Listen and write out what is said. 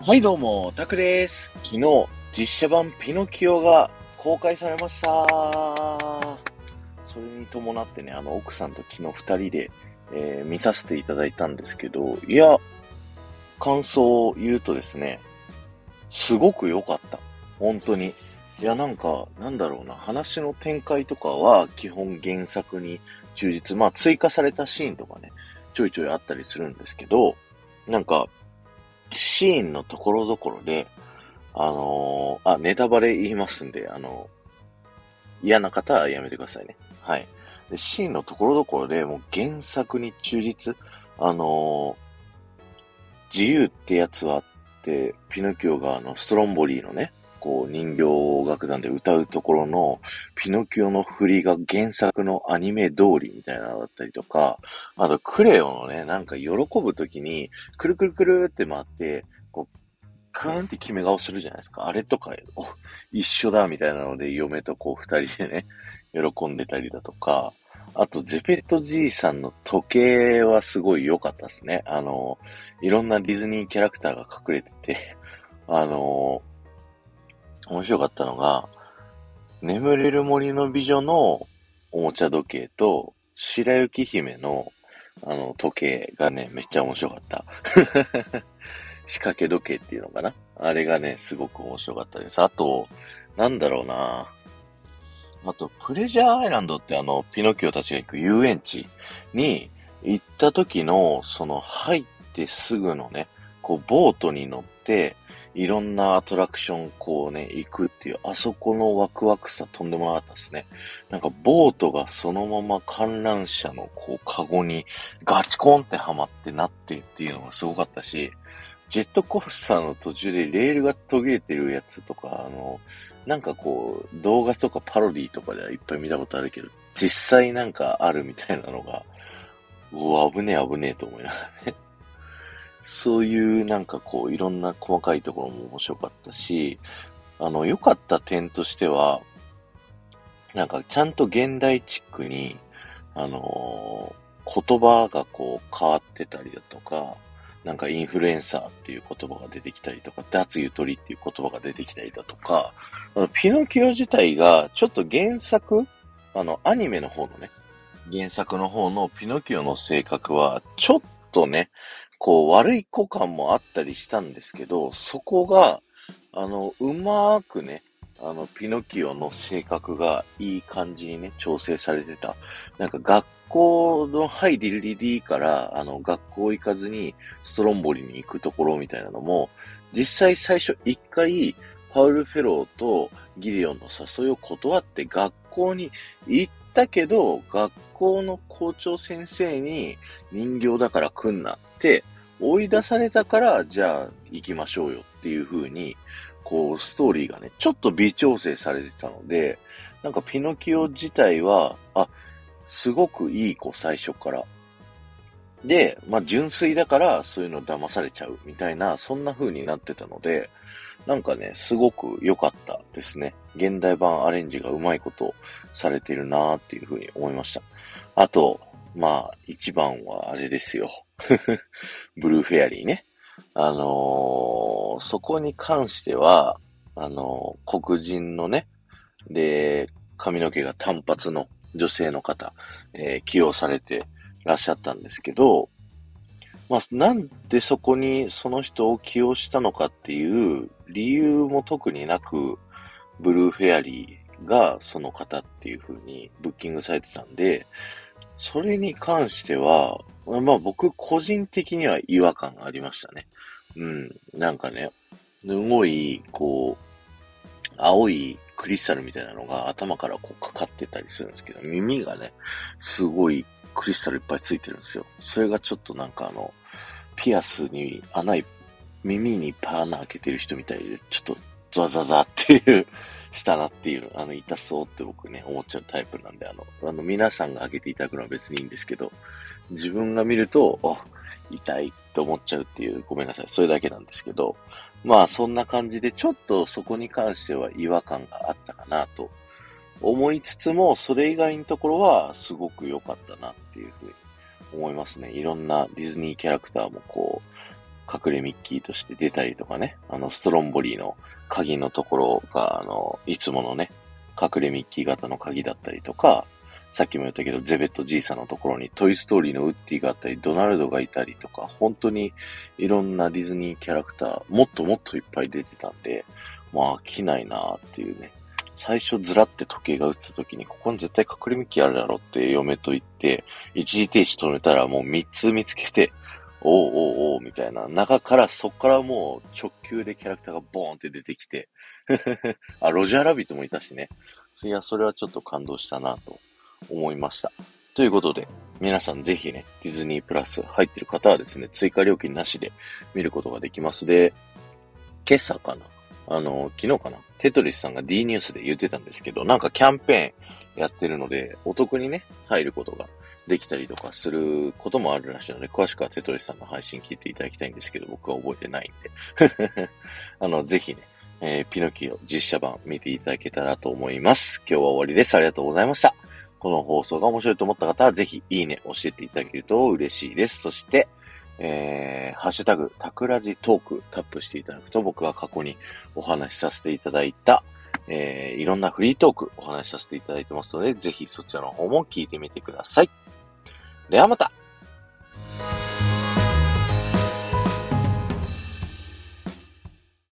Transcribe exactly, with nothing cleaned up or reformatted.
はいどうも、タクです。昨日、実写版ピノキオが公開されました。それに伴ってね、あの、奥さんと昨日二人で、えー見させていただいたんですけど、いや、感想を言うとですね、すごく良かった。本当に。いや、なんか、なんだろうな、話の展開とかは基本原作に忠実。まあ、追加されたシーンとかね、ちょいちょいあったりするんですけど、なんか、シーンのところどころで、あのーあ、ネタバレ言いますんで、あの嫌な方はやめてくださいね。はい。で、シーンのところどころでもう原作に忠実。あのー自由ってやつはあって、ピノキオがあの、ストロンボリーのね、こう人形楽団で歌うところの、ピノキオの振りが原作のアニメ通りみたいなのだったりとか、あとクレヨのね、なんか喜ぶときに、くるくるくるって回って、こう、グーンって決め顔するじゃないですか。あれとか、お、一緒だみたいなので、嫁とこう二人でね、喜んでたりだとか、あと、ゼペットじいさんの時計はすごい良かったですね。あの、いろんなディズニーキャラクターが隠れてて、あの、面白かったのが、眠れる森の美女のおもちゃ時計と、白雪姫のあの時計がね、めっちゃ面白かった。仕掛け時計っていうのかな、あれがね、すごく面白かったです。あと、なんだろうな。あと、プレジャーアイランドってあの、ピノキオたちが行く遊園地に行った時の、その入ってすぐのね、こう、ボートに乗って、いろんなアトラクションこうね、行くっていう、あそこのワクワクさとんでもなかったですね。なんかボートがそのまま観覧車のこう、カゴにガチコンってはまってなってっていうのがすごかったし、ジェットコースターの途中でレールが途切れてるやつとか、あの、なんかこう、動画とかパロディとかではいっぱい見たことあるけど、実際なんかあるみたいなのが、うわ、危ねえ危ねえと思いながらね。そういうなんかこう、いろんな細かいところも面白かったし、あの、良かった点としては、なんかちゃんと現代チックに、あのー言葉がこう変わってたりだとか、なんかインフルエンサーっていう言葉が出てきたりとか、脱ゆとりっていう言葉が出てきたりだとか、あのピノキオ自体がちょっと原作、あのアニメの方のね、原作の方のピノキオの性格はちょっとね、こう悪い子感もあったりしたんですけど、そこが、あの、うまーくね、あの、ピノキオの性格がいい感じにね、調整されてた。なんか学校の、はい、リリリリから、あの、学校行かずに、ストロンボリに行くところみたいなのも、実際最初一回、パウル・フェローとギデオンの誘いを断って学校に行ったけど、学校の校長先生に人形だから来んなって追い出されたから、じゃあ行きましょうよっていう風に、こう、ストーリーがね、ちょっと微調整されてたので、なんかピノキオ自体は、あ、すごくいい子、最初から。で、まあ、純粋だから、そういうの騙されちゃう、みたいな、そんな風になってたので、なんかね、すごく良かったですね。現代版アレンジがうまいことされてるなーっていう風に思いました。あと、まあ、一番はあれですよ。ブルーフェアリーね。あのーそこに関しては、あのー黒人のね、で、髪の毛が単発の女性の方、えー起用されてらっしゃったんですけど、まあ、なんでそこにその人を起用したのかっていう理由も特になく、ブルーフェアリーがその方っていう風にブッキングされてたんで、それに関しては、まあ僕個人的には違和感がありましたね。うん。なんかね、すごい、こう、青いクリスタルみたいなのが頭からこうかかってたりするんですけど、耳がね、すごいクリスタルいっぱいついてるんですよ。それがちょっとなんかあの、ピアスに穴い、耳にパー穴開けてる人みたいで、ちょっとザワザワザワっていうしたなっていう、あの、痛そうって僕ね、思っちゃうタイプなんで、あの、あの、皆さんが開けていただくのは別にいいんですけど、自分が見ると、あ、痛いって思っちゃうっていう、ごめんなさい。それだけなんですけど、まあそんな感じで、ちょっとそこに関しては違和感があったかなと思いつつも、それ以外のところはすごく良かったなっていうふうに思いますね。いろんなディズニーキャラクターもこう、 隠れミッキーとして出たりとかね、あの、ストロンボリーの鍵のところが、あの、いつものね、隠れミッキー型の鍵だったりとか、さっきも言ったけど、ゼベットじいさんのところにトイストーリーのウッディがあったり、ドナルドがいたりとか、本当にいろんなディズニーキャラクター、もっともっといっぱい出てたんで、まあ飽きないなーっていうね。最初ずらって時計が映った時に、ここに絶対隠れミッキーあるだろって嫁と言って、一時停止止めたらもう三つ見つけて、おうおうおうみたいな。中から、そっからもう直球でキャラクターがボーンって出てきて、あ、ロジャーラビットもいたしね。いや、それはちょっと感動したなと思いました。ということで、皆さんぜひね、ディズニープラス入ってる方はですね、追加料金なしで見ることができます。で、今朝かなあの、昨日かなテトリスさんが D ニュースで言ってたんですけど、なんかキャンペーンやってるので、お得にね、入ることができたりとかすることもあるらしいので、詳しくはテトリスさんの配信聞いていただきたいんですけど、僕は覚えてないんで。あの、ぜひね、えー、ピノキオ実写版見ていただけたらと思います。今日は終わりです。ありがとうございました。この放送が面白いと思った方は、ぜひいいね、教えていただけると嬉しいです。そして、えー、ハッシュタグ、タクラジトークタップしていただくと、僕が過去にお話しさせていただいた、えー、いろんなフリートークお話しさせていただいてますので、ぜひそちらの方も聞いてみてください。ではまた